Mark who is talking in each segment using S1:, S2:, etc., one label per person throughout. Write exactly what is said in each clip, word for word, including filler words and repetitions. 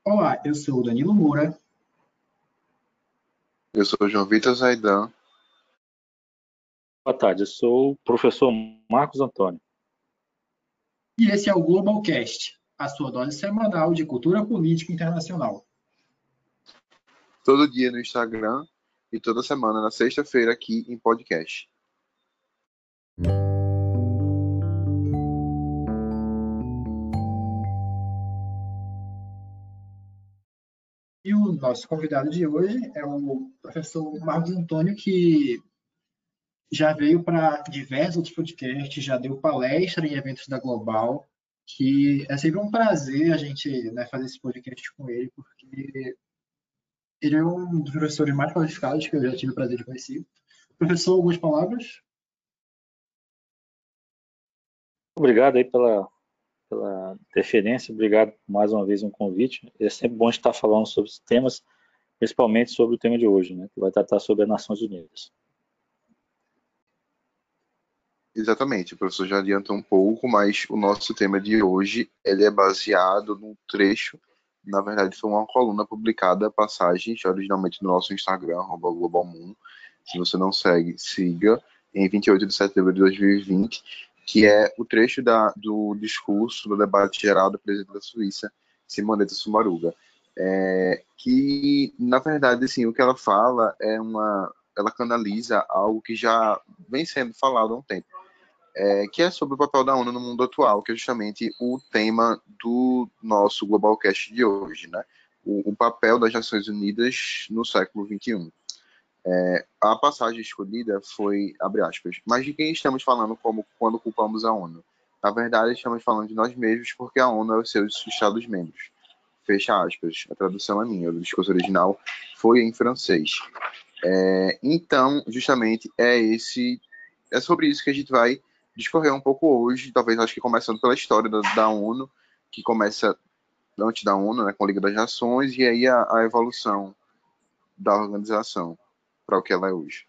S1: Olá, eu sou o Danilo Moura
S2: Eu sou o João Vitor Zaidan.
S3: Boa tarde, eu sou o professor Marcos Antônio.
S1: e esse é o Globalcast, a sua dose semanal de cultura política internacional.
S2: Todo dia no Instagram e toda semana na sexta-feira aqui em podcast.
S1: E o nosso convidado de hoje é o professor Marcos Antônio, que já veio para diversos outros podcasts, já deu palestra em eventos da Global, que é sempre um prazer a gente, né, fazer esse podcast com ele, porque ele é um dos professores mais qualificados que eu já tive o prazer de conhecer. Professor, algumas palavras?
S3: Obrigado aí pela, pela deferência, obrigado mais uma vez um convite. É sempre bom estar falando sobre os temas, principalmente sobre o tema de hoje, né, que vai tratar sobre as Nações Unidas.
S2: Exatamente, o professor já adiantou um pouco, mas o nosso tema de hoje ele é baseado num trecho, na verdade foi uma coluna publicada, passagens, originalmente no nosso Instagram, arroba globalmoon. Se você não segue, siga, em vinte e oito de setembro de dois mil e vinte, que é o trecho da, do discurso do debate geral do presidente da Suíça, Simonetta Sommaruga. É, que, na verdade, assim, o que ela fala é uma... ela canaliza algo que já vem sendo falado há um tempo, é, que é sobre o papel da ONU no mundo atual, que é justamente o tema do nosso Globalcast de hoje, né? O, o papel das Nações Unidas no século vinte e um. É, a passagem escolhida foi, abre aspas, mas de quem estamos falando como quando culpamos a ONU? Na verdade, estamos falando de nós mesmos porque a ONU é os seus Estados-membros. Fecha aspas. A tradução é minha, o discurso original foi em francês. É, então, justamente, é esse é sobre isso que a gente vai discorrer um pouco hoje, talvez acho que começando pela história da, da ONU, que começa antes da ONU, né, com a Liga das Nações, e aí a, a evolução da organização para o que ela é hoje.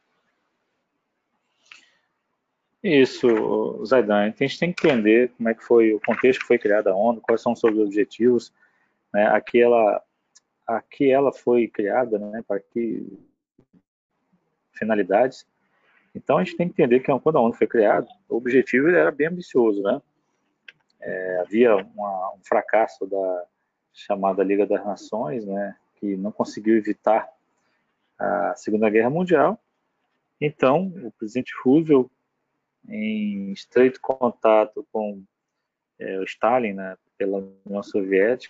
S3: Isso, Zaidan, então a gente tem que entender como é que foi o contexto que foi criada a ONU, quais são os seus objetivos, né, aqui ela, aqui ela foi criada, né, para que finalidades. Então a gente tem que entender que quando a ONU foi criada, o objetivo era bem ambicioso, né? É, havia uma, um fracasso da chamada Liga das Nações, né, que não conseguiu evitar a Segunda Guerra Mundial. Então o presidente Roosevelt, em estreito contato com é, o Stalin, né, pela União Soviética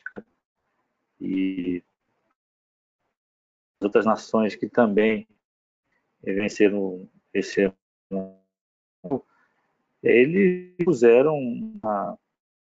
S3: e outras nações que também venceram, venceram eles puseram uma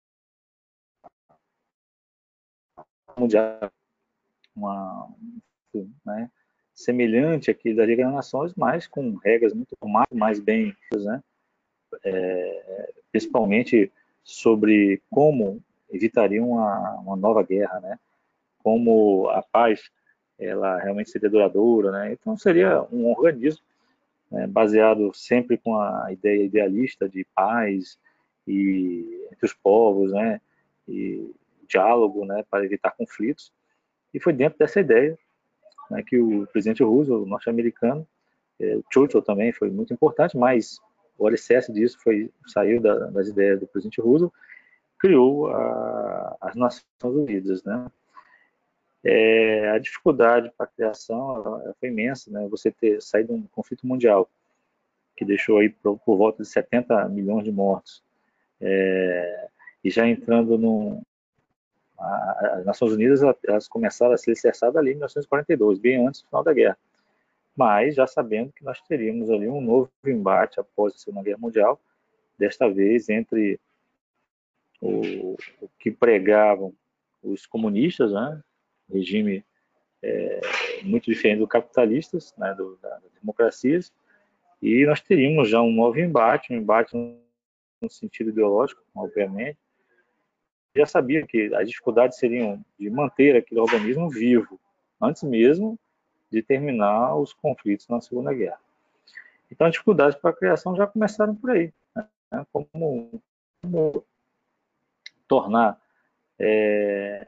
S3: mundial, uma, né, semelhante aqui da Liga das Nações, mas com regras muito mais, mais bem, né, é, principalmente sobre como evitariam uma, uma nova guerra, né, como a paz ela realmente seria duradoura, né, então seria um organismo, né, baseado sempre com a ideia idealista de paz e entre os povos, né, e diálogo, né, para evitar conflitos. E foi dentro dessa ideia, né, que o presidente Roosevelt, norte-americano, é, o Churchill também foi muito importante, mas o alicerce disso foi, saiu da, das ideias do presidente Roosevelt, criou a, as Nações Unidas, né? É, a dificuldade para a criação foi imensa, né? Você ter saído de um conflito mundial que deixou aí por, por volta de setenta milhões de mortos, é, e já entrando no, as Nações Unidas, elas começaram a ser alicerçadas ali em mil novecentos e quarenta e dois, bem antes do final da guerra. Mas já sabendo que nós teríamos ali um novo embate após a Segunda Guerra Mundial, desta vez entre o, o que pregavam os comunistas, né, regime é, muito diferente do capitalistas, né, do, das democracias, e nós teríamos já um novo embate, um embate no sentido ideológico, obviamente. Já sabia que as dificuldades seriam de manter aquele organismo vivo, antes mesmo de terminar os conflitos na Segunda Guerra. Então, as dificuldades para a criação já começaram por aí, né? como, como tornar é,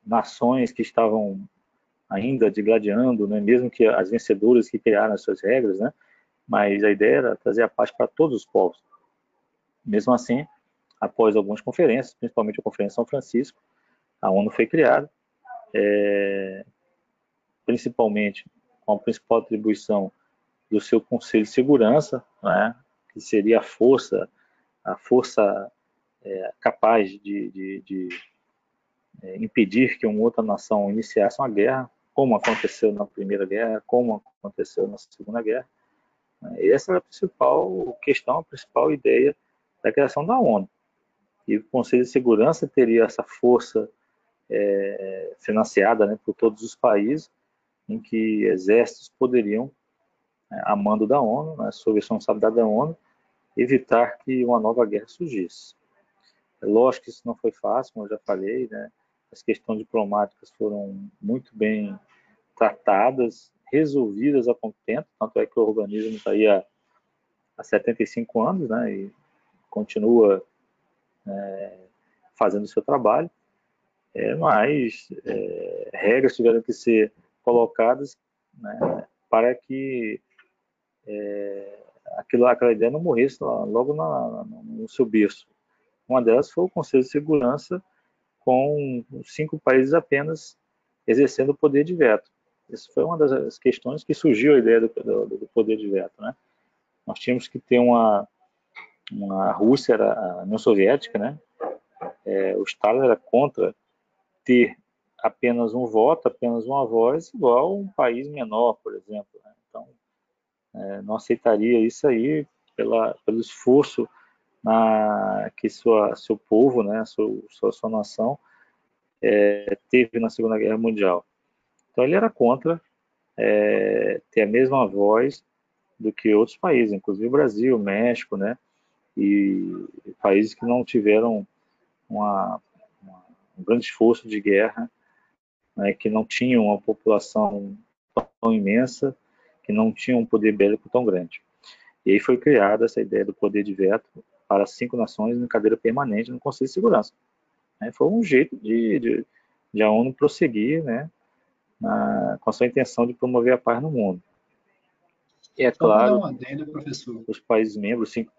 S3: nações que estavam ainda digladiando, né, mesmo que as vencedoras que criaram as suas regras, né, mas a ideia era trazer a paz para todos os povos. Mesmo assim, após algumas conferências, principalmente a Conferência de São Francisco, a ONU foi criada, é, principalmente com a principal atribuição do seu Conselho de Segurança, né, que seria a força, a força é, capaz de, de, de é, impedir que uma outra nação iniciasse uma guerra, como aconteceu na Primeira Guerra, como aconteceu na Segunda Guerra. Essa era a principal questão, a principal ideia da criação da ONU. E o Conselho de Segurança teria essa força é, financiada, né, por todos os países, em que exércitos poderiam, né, a mando da ONU, né, sob a responsabilidade da ONU, evitar que uma nova guerra surgisse. É lógico que isso não foi fácil, como eu já falei, né, as questões diplomáticas foram muito bem tratadas, resolvidas a contento, tanto é que o organismo está aí há, há setenta e cinco anos, né, e continua é, fazendo o seu trabalho, é, mas é, regras tiveram que ser colocadas, né, para que é, aquilo, aquela ideia não morresse logo na, no seu berço. Uma delas foi o Conselho de Segurança, com cinco países apenas exercendo o poder de veto. Essa foi uma das questões que surgiu a ideia do, do, do poder de veto, né? Nós tínhamos que ter uma, uma a Rússia, era a União Soviética, né? É, o Stalin era contra ter apenas um voto, apenas uma voz, igual um país menor, por exemplo, né? Então, é, não aceitaria isso aí pela, pelo esforço na, que sua, seu povo, né, sua, sua, sua nação, é, teve na Segunda Guerra Mundial. Então ele era contra é, ter a mesma voz do que outros países, inclusive o Brasil, o México, né, e países que não tiveram uma, uma, um grande esforço de guerra, né, que não tinham uma população tão imensa, que não tinham um poder bélico tão grande. E aí foi criada essa ideia do poder de veto para cinco nações em cadeira permanente no Conselho de Segurança. Né, foi um jeito de, de, de a ONU prosseguir, né, na, com a sua intenção de promover a paz no mundo. E é
S1: Só para dar
S3: claro,
S1: um adendo, professor,
S3: os países membros, sim.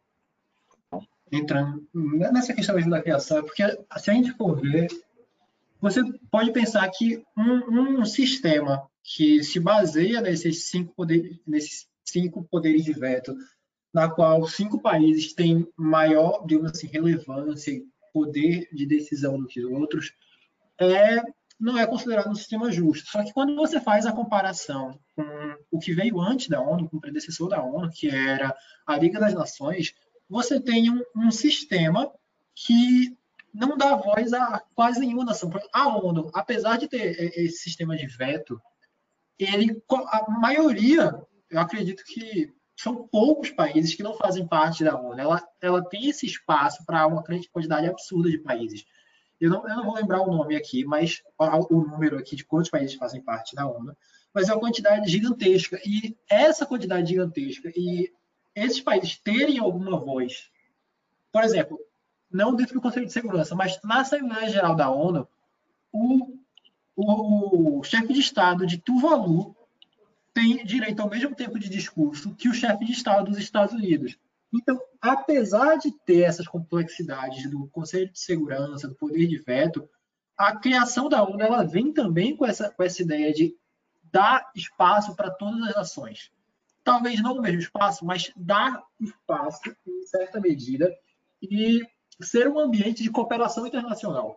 S1: entrando nessa questão mesmo da criação, é porque se a gente for ver, você pode pensar que um, um sistema que se baseia nesses cinco, poder, nesses cinco poderes de veto, na qual cinco países têm maior, digamos assim, relevância e poder de decisão do que outros, é, não é considerado um sistema justo. Só que quando você faz a comparação com o que veio antes da ONU, com o predecessor da ONU, que era a Liga das Nações, você tem um, um sistema que não dá voz a quase nenhuma nação. A ONU, apesar de ter esse sistema de veto, ele, a maioria, eu acredito que são poucos países que não fazem parte da ONU. Ela, ela tem esse espaço para uma grande quantidade absurda de países. Eu não, eu não vou lembrar o nome aqui, mas o número aqui de quantos países fazem parte da ONU, mas é uma quantidade gigantesca. E essa quantidade gigantesca e esses países terem alguma voz, por exemplo, não dentro do Conselho de Segurança, mas na Assembleia Geral da ONU, o, o, o chefe de Estado de Tuvalu tem direito ao mesmo tempo de discurso que o chefe de Estado dos Estados Unidos. Então, apesar de ter essas complexidades do Conselho de Segurança, do poder de veto, a criação da ONU ela vem também com essa, com essa ideia de dar espaço para todas as nações. Talvez não o mesmo espaço, mas dar espaço, em certa medida, e ser um ambiente de cooperação internacional.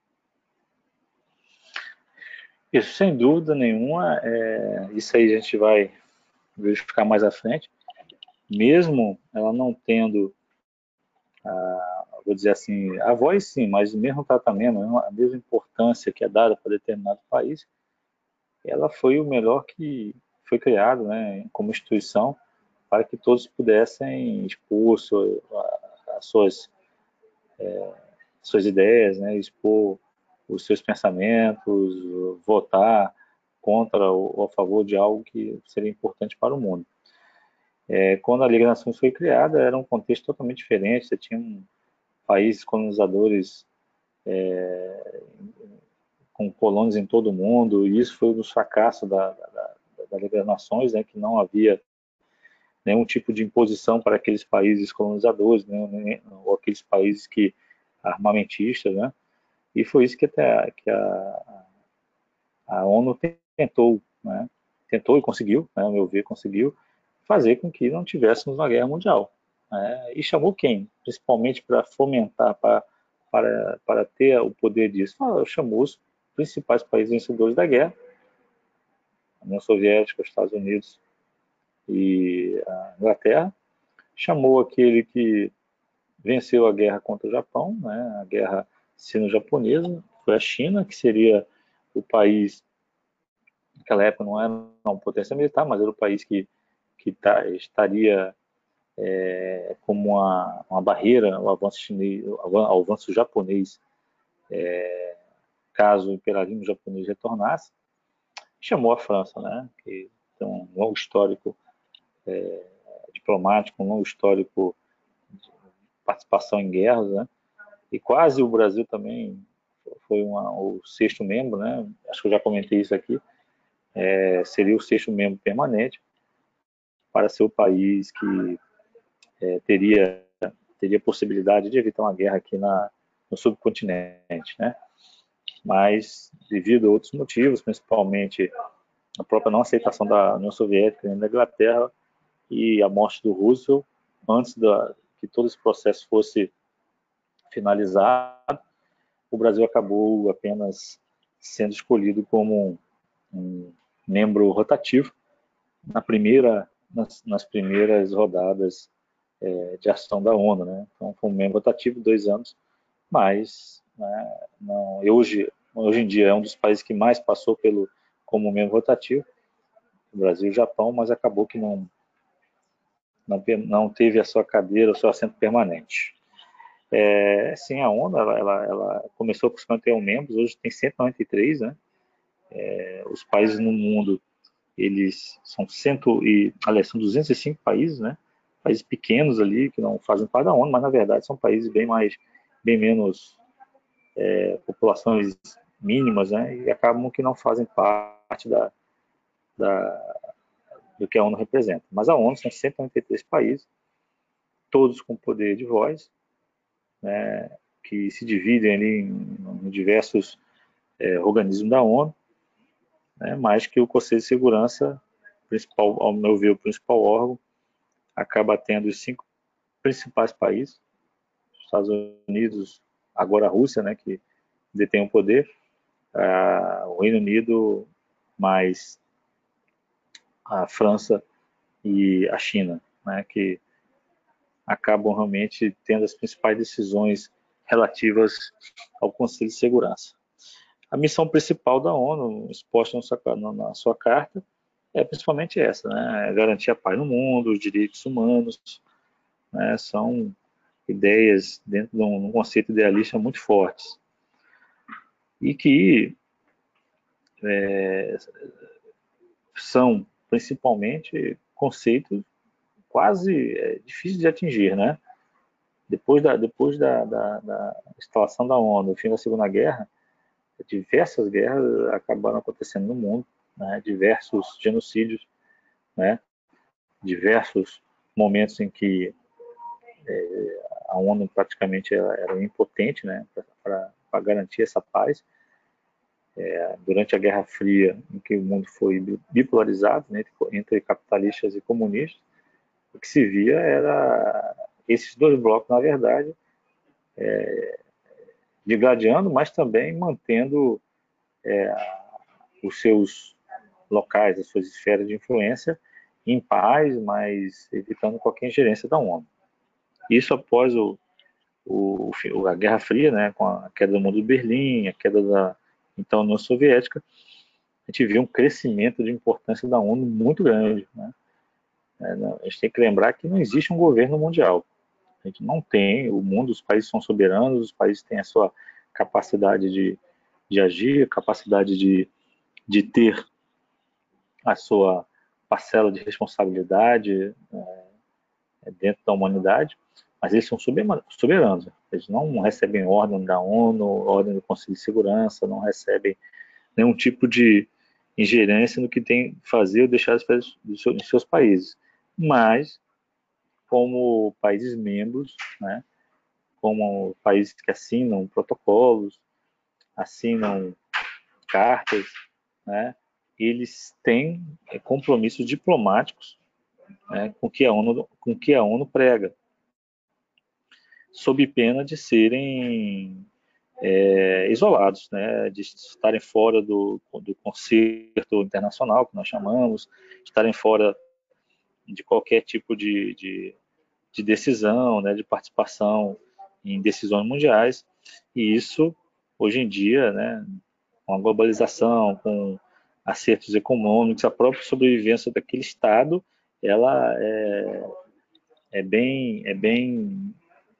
S3: Isso, sem dúvida nenhuma, é, isso aí a gente vai verificar mais à frente. Mesmo ela não tendo, a, vou dizer assim, a voz sim, mas o mesmo tratamento, a mesma importância que é dada para determinado país, ela foi o melhor que foi criado, né, como instituição, para que todos pudessem expor sua, as suas, é, suas ideias, né, expor os seus pensamentos, votar contra ou a favor de algo que seria importante para o mundo. É, quando a Liga das Nações foi criada, era um contexto totalmente diferente. Você tinha um, países colonizadores é, com colônias em todo o mundo, e isso foi um dos fracassos da, da, da Liga das Nações, né, que não havia nenhum tipo de imposição para aqueles países colonizadores, né, nem, ou aqueles países que armamentistas, né, e foi isso que, até, que a, a ONU tentou, né, tentou e conseguiu, né, ao meu ver, conseguiu fazer com que não tivéssemos uma guerra mundial. Né, e chamou quem? Principalmente para fomentar, para, para, para ter o poder disso, chamou os principais países vencedores da guerra, a União Soviética, os Estados Unidos e a Inglaterra, chamou aquele que venceu a guerra contra o Japão, né, a guerra sino-japonesa, foi a China, que seria o país, naquela época não era uma potência militar, mas era o país que, que tá, estaria é, como uma, uma barreira ao avanço, chinês, ao avanço japonês, é, caso o imperialismo japonês retornasse. Chamou a França, né, que tem um longo histórico é, diplomático, um longo histórico de participação em guerras, né, e quase o Brasil também foi uma, o sexto membro, né, acho que eu já comentei isso aqui, é, seria o sexto membro permanente para ser o país que é, teria, teria possibilidade de evitar uma guerra aqui na, no subcontinente, né, mas devido a outros motivos, principalmente a própria não aceitação da União Soviética e da Inglaterra e a morte do Roosevelt, antes da, que todo esse processo fosse finalizado, o Brasil acabou apenas sendo escolhido como um, um membro rotativo na primeira, nas, nas primeiras rodadas é, de ação da ONU, né? Então foi um membro rotativo, dois anos, mas né, não, hoje, hoje em dia é um dos países que mais passou pelo como membro rotativo, o Brasil e o Japão, mas acabou que não, não, não teve a sua cadeira, o seu assento permanente. É, sim, a ONU ela, ela, ela começou com cinquenta e um membros, hoje tem cento e noventa e três, né? É, os países no mundo, eles são, cento e, aliás, são duzentos e cinco países, né? Países pequenos ali, que não fazem parte da ONU, mas na verdade são países bem mais, bem menos é, populações mínimas, né? E acabam que não fazem parte da, da, do que a ONU representa. Mas a ONU são cento e noventa e três países, todos com poder de voz, né, que se dividem ali em, em diversos é, organismos da ONU, né, mas que o Conselho de Segurança, principal, ao meu ver, o principal órgão, acaba tendo os cinco principais países, os Estados Unidos, agora a Rússia, né, que detém o poder, a, o Reino Unido, mais a França e a China, né, que acabam realmente tendo as principais decisões relativas ao Conselho de Segurança. A missão principal da ONU, exposta na sua, na sua carta, é principalmente essa, né? É garantir a paz no mundo, os direitos humanos, né? São ideias dentro de um, um conceito idealista muito fortes. E que é, são principalmente conceitos quase é, difíceis de atingir, né? Depois da, depois da, da, da instalação da ONU, no fim da Segunda Guerra, diversas guerras acabaram acontecendo no mundo, né? Diversos genocídios, né? Diversos momentos em que é, a ONU praticamente era, era impotente, né? Para garantir essa paz. É, durante a Guerra Fria, em que o mundo foi bipolarizado, né? entre, entre capitalistas e comunistas, o que se via era esses dois blocos, na verdade, é, digladiando, mas também mantendo é, os seus locais, as suas esferas de influência em paz, mas evitando qualquer ingerência da ONU. Isso após o, o, a Guerra Fria, né, com a queda do Muro de Berlim, a queda da então União Soviética, a gente viu um crescimento de importância da ONU muito grande, né? A gente tem que lembrar que não existe um governo mundial. A gente não tem, o mundo, os países são soberanos, os países têm a sua capacidade de, de agir, capacidade de, de ter a sua parcela de responsabilidade é, dentro da humanidade, mas eles são soberanos. Eles não recebem ordem da ONU, ordem do Conselho de Segurança, não recebem nenhum tipo de ingerência no que tem que fazer ou deixar de fazer em seus países. Mas, como países membros, né, como países que assinam protocolos, assinam cartas, né, eles têm compromissos diplomáticos, né, com que a ONU, com que a ONU prega, sob pena de serem é, isolados, né, de estarem fora do, do concerto internacional, que nós chamamos, estarem fora de qualquer tipo de, de, de decisão, né, de participação em decisões mundiais. E isso, hoje em dia, né, com a globalização, com acertos econômicos, a própria sobrevivência daquele Estado, ela é, é bem, é bem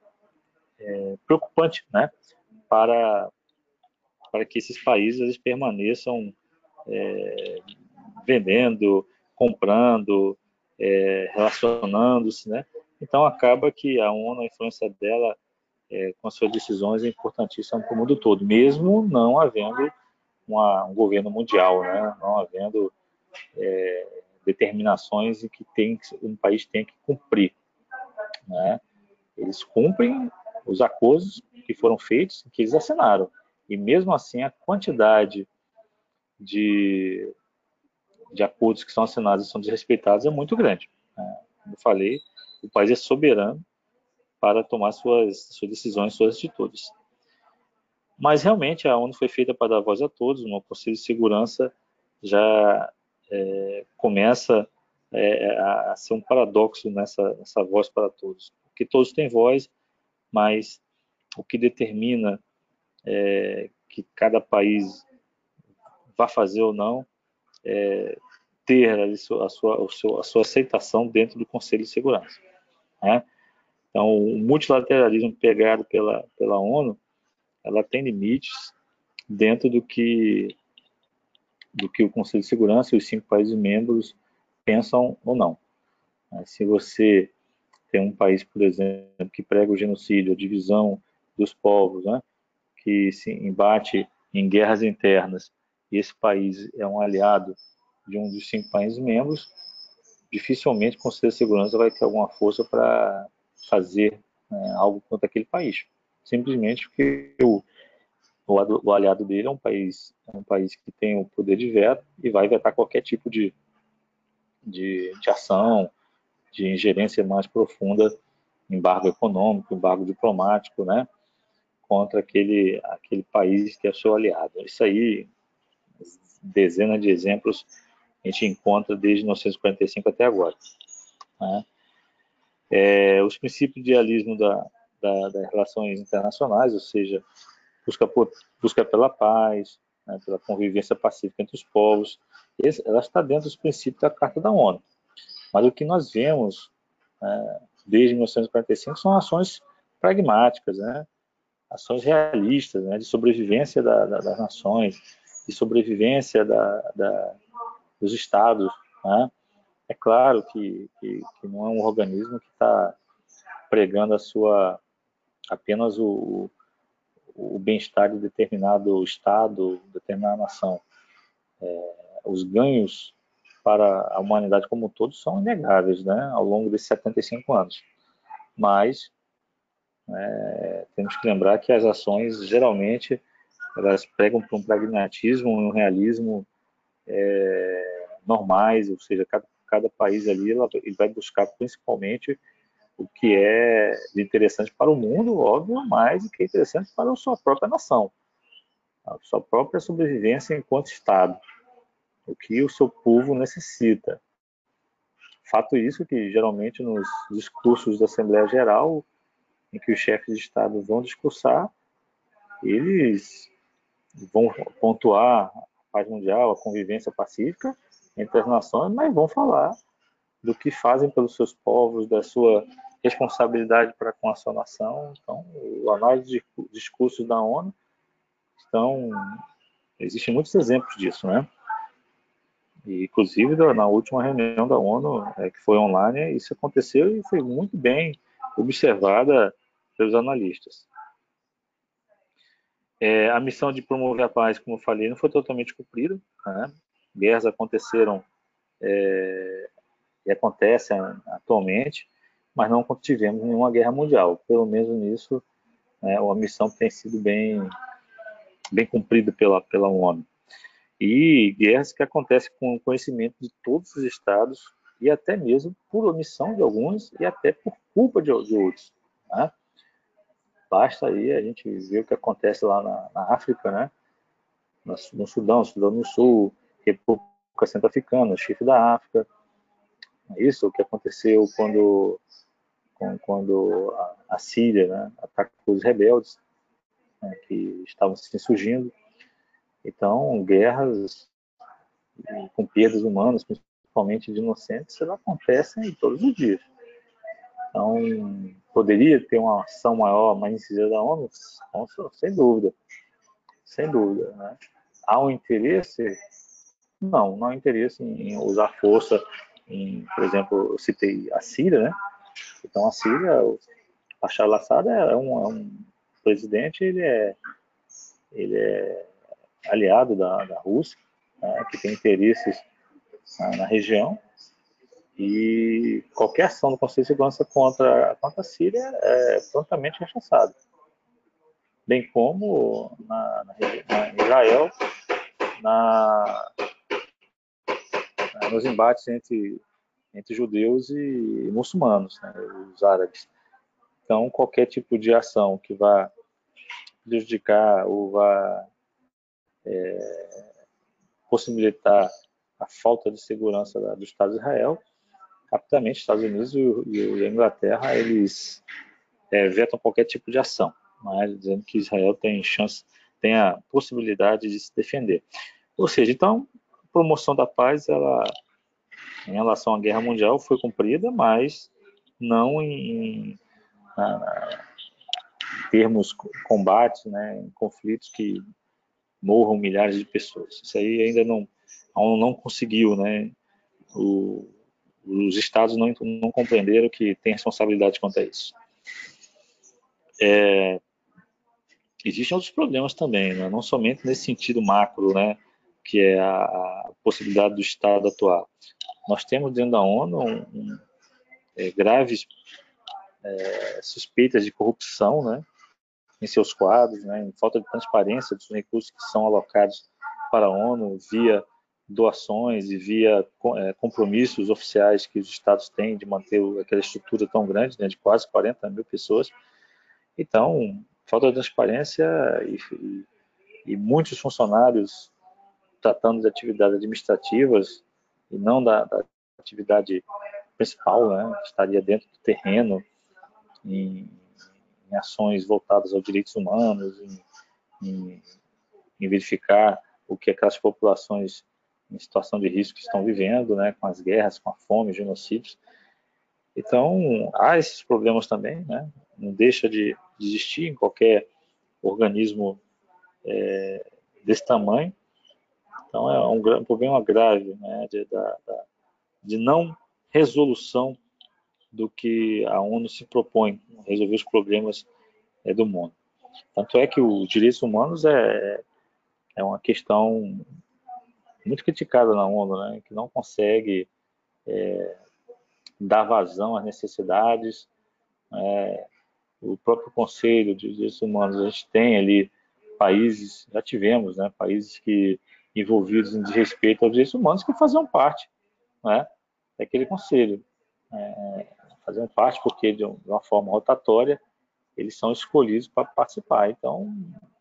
S3: é, preocupante, né, para, para que esses países eles permaneçam é, vendendo, comprando, é, relacionando-se, né? Então acaba que a ONU, a influência dela é, com as suas decisões é importantíssima para o mundo todo, mesmo não havendo uma, um governo mundial, né? Não havendo é, determinações em que tem, um país tem que cumprir, né? Eles cumprem os acordos que foram feitos, que eles assinaram, e mesmo assim a quantidade de, de acordos que são assinados e são desrespeitados é muito grande, né? Como eu falei, o país é soberano para tomar suas, suas decisões, suas atitudes. Mas realmente a ONU foi feita para dar voz a todos, no Conselho de Segurança já é, começa é, a ser um paradoxo nessa, nessa voz para todos, porque todos têm voz, mas o que determina é, que cada país vá fazer ou não é ter a sua, a sua, a sua aceitação dentro do Conselho de Segurança, né? Então, o multilateralismo pegado pela, pela ONU, ela tem limites dentro do que, do que o Conselho de Segurança e os cinco países membros pensam ou não. Se você tem um país, por exemplo, que prega o genocídio, a divisão dos povos, né, que se embate em guerras internas, e esse país é um aliado de um dos cinco países membros, dificilmente o Conselho de Segurança vai ter alguma força para fazer, né, algo contra aquele país. Simplesmente porque o, o, o aliado dele é um país, é um país que tem o poder de veto e vai vetar qualquer tipo de, de, de ação, de ingerência mais profunda, embargo econômico, embargo diplomático, né, contra aquele, aquele país que é seu aliado. Isso aí, dezenas de exemplos a gente encontra desde mil novecentos e quarenta e cinco até agora, né? É, os princípios de idealismo da, da, das relações internacionais, ou seja, busca, por, busca pela paz, né, pela convivência pacífica entre os povos, esse, ela está dentro dos princípios da Carta da ONU. Mas o que nós vemos, né, desde mil novecentos e quarenta e cinco são ações pragmáticas, né, ações realistas, né, de sobrevivência da, da, das nações, de sobrevivência da, da, dos estados, né? É claro que, que, que não é um organismo que está pregando a sua, apenas o, o bem-estar de determinado estado, determinada nação. É, os ganhos para a humanidade como um todo são inegáveis, né, ao longo desses setenta e cinco anos. Mas é, temos que lembrar que as ações, geralmente, elas pregam para um pragmatismo, um realismo é, normais, ou seja, cada, cada país ali ela, ele vai buscar principalmente o que é de interessante para o mundo, óbvio, mas o que é interessante para a sua própria nação, a sua própria sobrevivência enquanto Estado, o que o seu povo necessita. Fato isso que, geralmente, nos discursos da Assembleia Geral, em que os chefes de Estado vão discursar, eles vão pontuar a paz mundial, a convivência pacífica entre as nações, mas vão falar do que fazem pelos seus povos, da sua responsabilidade para com a sua nação. Então, a análise de discursos da ONU estão, existem muitos exemplos disso, né? E, inclusive, na última reunião da ONU, é, que foi online, isso aconteceu e foi muito bem observada pelos analistas. É, a missão de promover a paz, como eu falei, não foi totalmente cumprida, né? Guerras aconteceram é, e acontecem atualmente, mas não tivemos nenhuma guerra mundial. Pelo menos nisso, né, a missão tem sido bem, bem cumprida pela, pela ONU. E guerras que acontecem com o conhecimento de todos os estados e até mesmo por omissão de alguns e até por culpa de, de outros, né? Basta aí a gente ver o que acontece lá na, na África, né? No, no Sudão, Sudão do Sul, República Centro-Africana, Chifre da África. Isso o que aconteceu quando, quando a, a Síria, né, atacou os rebeldes, né, que estavam se insurgindo. Então, guerras com perdas humanas, principalmente de inocentes, elas acontecem todos os dias. Então, poderia ter uma ação maior, mais incisiva da ONU? Sem dúvida, sem dúvida, né? Há um interesse? Não, não há interesse em usar força. Em, por exemplo, eu citei a Síria, né? Então, a Síria, o Bashar al-Assad é um, é um presidente, ele é, ele é aliado da, da Rússia, né, que tem interesses na, na região, e qualquer ação do Conselho de Segurança contra, contra a Síria é prontamente rechaçada. Bem como na, na, na Israel, na, na, nos embates entre, entre judeus e muçulmanos, né, os árabes. Então, qualquer tipo de ação que vá prejudicar ou vá é, possibilitar a falta de segurança do Estado de Israel, rapidamente, Estados Unidos e a Inglaterra, eles é, vetam qualquer tipo de ação, né, dizendo que Israel tem chance, tem a possibilidade de se defender. Ou seja, então, a promoção da paz, ela, em relação à guerra mundial, foi cumprida, mas não em, na, na, termos combates, né, em conflitos que morram milhares de pessoas. Isso aí ainda não, a ONU não conseguiu, né? O, os estados não, não compreenderam que tem responsabilidade quanto a isso. É, existem outros problemas também, né? Não somente nesse sentido macro, né? Que é a, a possibilidade do Estado atuar. Nós temos dentro da ONU um, um, é, graves é, suspeitas de corrupção, né? Em seus quadros, né? Em falta de transparência dos recursos que são alocados para a ONU via doações e via é, compromissos oficiais que os estados têm de manter aquela estrutura tão grande, né, de quase quarenta mil pessoas. Então, falta de transparência e, e, e muitos funcionários tratando de atividades administrativas e não da, da atividade principal, né, que estaria dentro do terreno, em, em ações voltadas aos direitos humanos, em, em, em verificar o que aquelas populações em situação de risco estão vivendo, né, com as guerras, com a fome, genocídios. Então, há esses problemas também, né? Não deixa de existir em qualquer organismo é, desse tamanho. Então, é um, um problema grave, né, de, da, da, de não resolução do que a ONU se propõe, resolver os problemas é, do mundo. Tanto é que os direitos humanos é, é uma questão muito criticada na ONU, né, que não consegue é, dar vazão às necessidades. É, o próprio Conselho de Direitos Humanos, a gente tem ali países, já tivemos, né, países que envolvidos em desrespeito aos direitos humanos que faziam parte, né, daquele conselho. É, faziam parte porque, de uma forma rotatória, eles são escolhidos para participar. Então,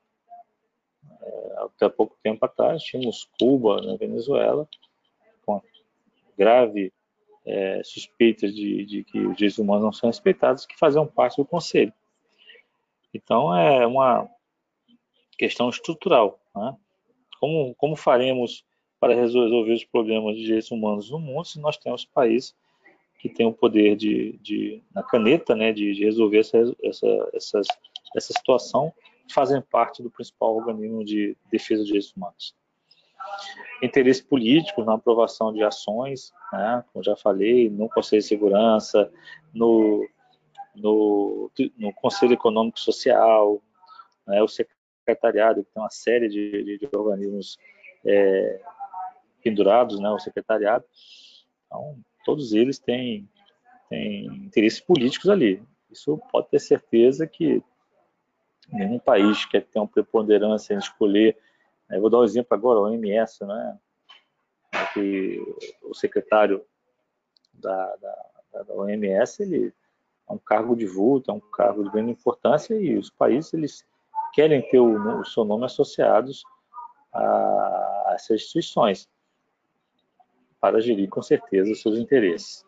S3: é, até pouco tempo atrás, tínhamos Cuba, na Venezuela, com grave é, suspeitas de, de que os direitos humanos não são respeitados, que faziam parte do Conselho. Então, é uma questão estrutural, né? Como, como faremos para resolver os problemas de direitos humanos no mundo se nós temos países que têm o poder de, de na caneta, né, de, de resolver essa, essa, essas, essa situação, fazem parte do principal organismo de defesa dos direitos humanos. Interesse político na aprovação de ações, né, como já falei, no Conselho de Segurança, no, no, no Conselho Econômico e Social, né, o secretariado, que tem uma série de, de, de organismos é, pendurados, né, o secretariado. Então, todos eles têm, têm interesses políticos ali. Isso pode ter certeza que nenhum país quer ter uma preponderância em escolher. Eu vou dar um exemplo agora, o O M S, né, que o secretário da, da, da O M S, ele é um cargo de vulto, é um cargo de grande importância, e os países eles querem ter o, o seu nome associados a, a essas instituições, para gerir com certeza os seus interesses.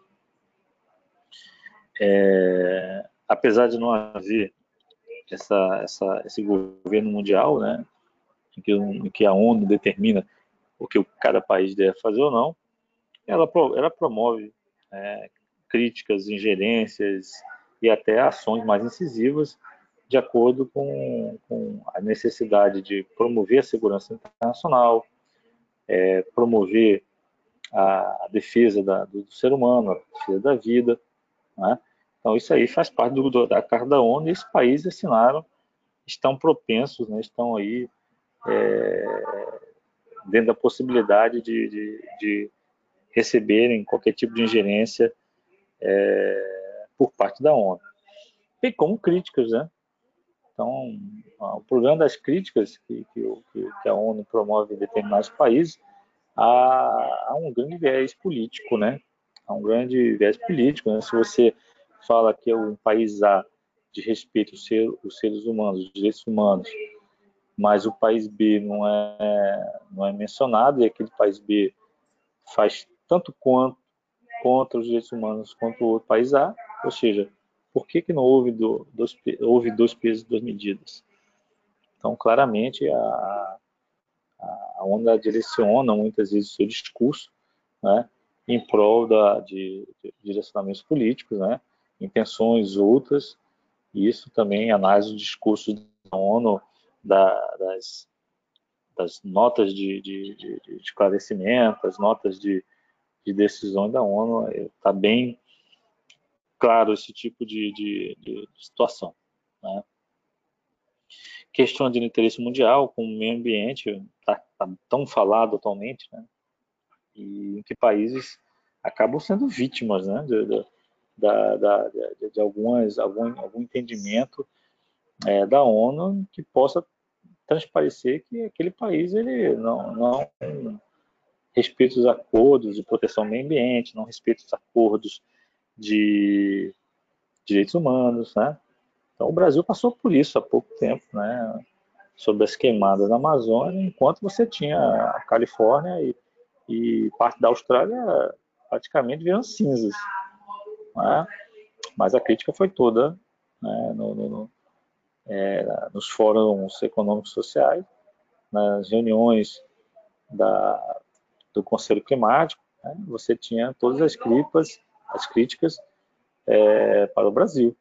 S3: É, apesar de não haver essa, essa, esse governo mundial, né, em que, em que a ONU determina o que cada país deve fazer ou não, ela, ela promove é, críticas, ingerências e até ações mais incisivas de acordo com, com a necessidade de promover a segurança internacional, é, promover a defesa da, do ser humano, a defesa da vida, né? Então isso aí faz parte do, do, da Carta da ONU, e esses países assinaram, estão propensos, né, estão aí é, dentro da possibilidade de, de, de receberem qualquer tipo de ingerência é, por parte da ONU. Bem como críticas, né? Então, o problema das críticas que, que, que a ONU promove em determinados países, há, há um grande viés político, né? Há um grande viés político, né? Se você fala que é um país A de respeito aos ser, seres humanos, os direitos humanos, mas o país B não é, não é mencionado, e aquele país B faz tanto quanto contra os direitos humanos quanto o outro país A, ou seja, por que, que não houve, do, dois, houve dois pesos e duas medidas? Então, claramente, a, a ONU direciona muitas vezes o seu discurso, né, em prol da, de, de direcionamentos políticos, né, intenções outras, e isso também análise do discurso da ONU, da, das, das notas de, de, de, de esclarecimento, as notas de, de decisões da ONU, está bem claro esse tipo de, de, de situação, né? Questão de interesse mundial, com o meio ambiente, está tá tão falado atualmente, né? E em que países acabam sendo vítimas, né, de, de, da, da, de, de algumas, algum, algum entendimento é, da ONU que possa transparecer que aquele país ele não, não respeita os acordos de proteção ao meio ambiente, não respeita os acordos de direitos humanos, né? Então o Brasil passou por isso há pouco tempo, né? Sobre as queimadas na Amazônia, enquanto você tinha a Califórnia e, e parte da Austrália praticamente virando cinzas, né? Mas a crítica foi toda, né, no, no, é, nos fóruns econômicos sociais, nas reuniões da, do Conselho Climático, né? Você tinha todas as críticas, as críticas é, para o Brasil.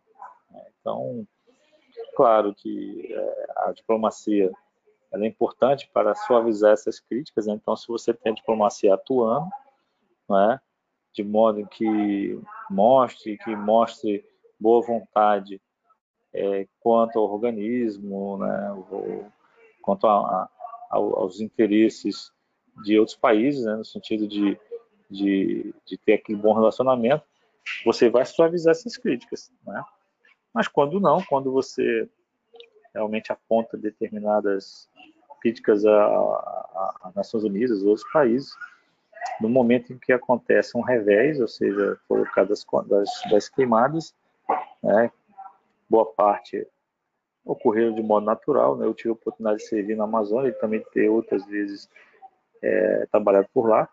S3: Então, claro que é, a diplomacia ela é importante para suavizar essas críticas, né? Então, se você tem a diplomacia atuando, né, de modo que mostre, que mostre boa vontade é, quanto ao organismo, né, ou, quanto a, a, aos interesses de outros países, né, no sentido de, de, de ter aquele bom relacionamento, você vai suavizar essas críticas, né? Mas quando não, quando você realmente aponta determinadas críticas às Nações Unidas, outros países, no momento em que acontece um revés, ou seja, colocadas das, das queimadas, né, boa parte ocorreram de modo natural, né? Eu tive a oportunidade de servir na Amazônia e também ter outras vezes é, trabalhado por lá.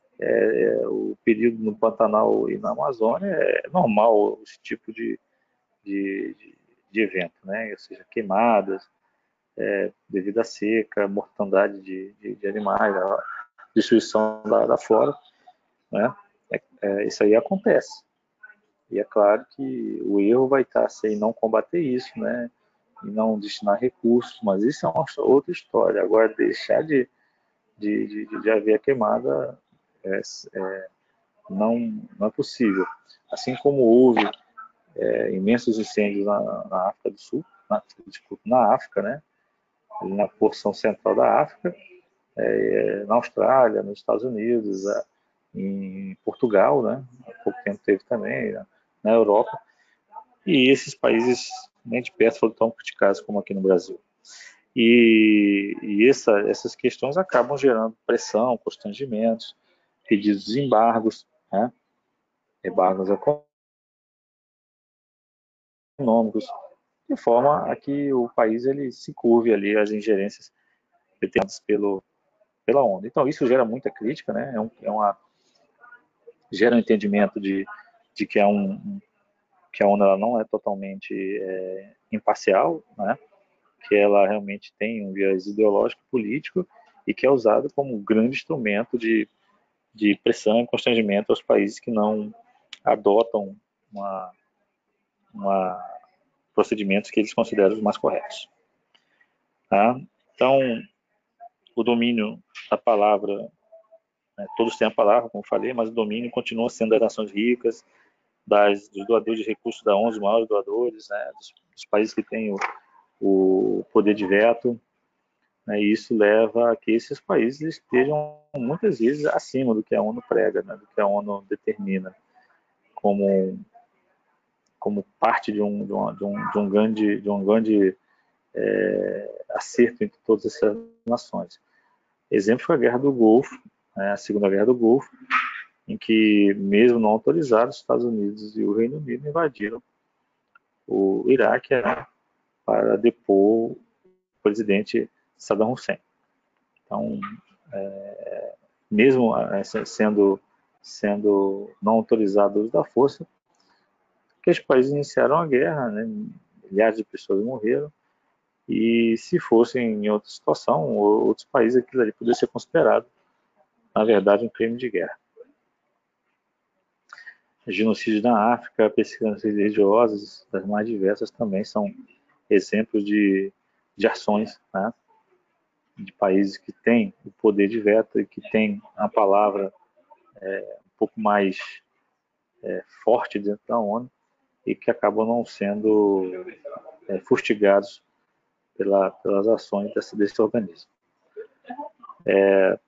S3: É, o período no Pantanal e na Amazônia é normal esse tipo de, de, de, de evento, né? Ou seja, queimadas, é, devido à seca, mortandade de, de, de animais, a destruição da, da flora, né? É, é, isso aí acontece. E é claro que o erro vai estar se não combater isso, né? E não destinar recursos, mas isso é uma outra história. Agora, deixar de, de, de, de haver a queimada é, é, não, não é possível. Assim como houve é, imensos incêndios na, na África do Sul, na, desculpa, na África, né? ali na porção central da África, é, na Austrália, nos Estados Unidos, em Portugal, né? Há pouco tempo teve também, na Europa, e esses países nem de perto foram tão criticados como aqui no Brasil. E, e essa, essas questões acabam gerando pressão, constrangimentos, pedidos de embargos, né? Embargos econômicos, de forma a que o país ele se curve ali às ingerências determinadas pelo, pela ONU. Então isso gera muita crítica, né? É, um, é uma gera um entendimento de, de que, é um, que a ONU ela não é totalmente é, imparcial, né? Que ela realmente tem um viés ideológico político e que é usado como um grande instrumento de, de pressão e constrangimento aos países que não adotam uma, uma procedimentos que eles consideram os mais corretos. Tá? Então, o domínio da palavra, né, todos têm a palavra, como falei, mas o domínio continua sendo das nações ricas, das, dos doadores de recursos da ONU, os maiores doadores, né, dos, dos países que têm o, o poder de veto, né, e isso leva a que esses países estejam muitas vezes acima do que a ONU prega, né, do que a ONU determina como, como parte de um, de, uma, de, um, de um grande, de um grande é, acerto entre todas essas nações. Exemplo foi a Guerra do Golfo, né, a Segunda Guerra do Golfo, em que, mesmo não autorizados, os Estados Unidos e o Reino Unido invadiram o Iraque, né, para depor o presidente Saddam Hussein. Então, é, mesmo é, sendo, sendo não autorizado o uso da força, aqueles países iniciaram a guerra, né, milhares de pessoas morreram, e se fossem em outra situação, outros países, aquilo ali poderia ser considerado, na verdade, um crime de guerra. Genocídio na África, perseguições religiosas, das mais diversas, também são exemplos de, de ações, né, de países que têm o poder de veto e que têm a palavra é, um pouco mais é, forte dentro da ONU e que acabam não sendo é, fustigados pela, pelas ações desse, desse organismo. É,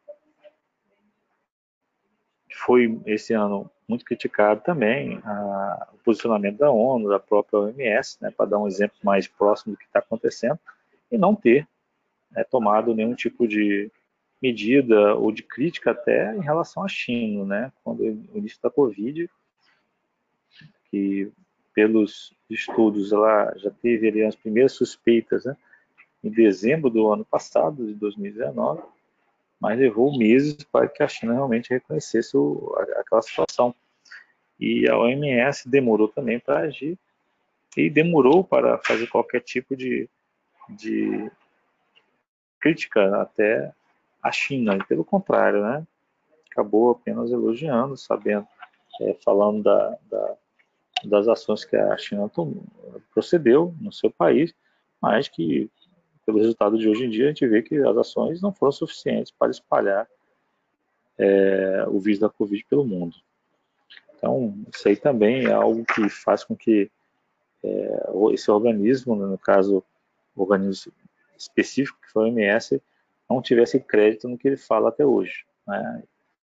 S3: foi esse ano muito criticado também a, o posicionamento da ONU, da própria O M S, né, para dar um exemplo mais próximo do que está acontecendo, e não ter é, tomado nenhum tipo de medida ou de crítica até em relação à China, né, quando o início da Covid, que pelos estudos ela já teve ali as primeiras suspeitas, né, em dezembro do ano passado, de dois mil e dezenove, mas levou meses para que a China realmente reconhecesse o, aquela situação. E a O M S demorou também para agir e demorou para fazer qualquer tipo de, de crítica até a China. E pelo contrário, né, acabou apenas elogiando, sabendo, é, falando da, da, das ações que a China tomou, procedeu no seu país, mas que, pelo resultado de hoje em dia, a gente vê que as ações não foram suficientes para espalhar é, o vírus da Covid pelo mundo. Então, isso aí também é algo que faz com que é, esse organismo, no caso, o organismo específico, que foi o O M S, não tivesse crédito no que ele fala até hoje, né?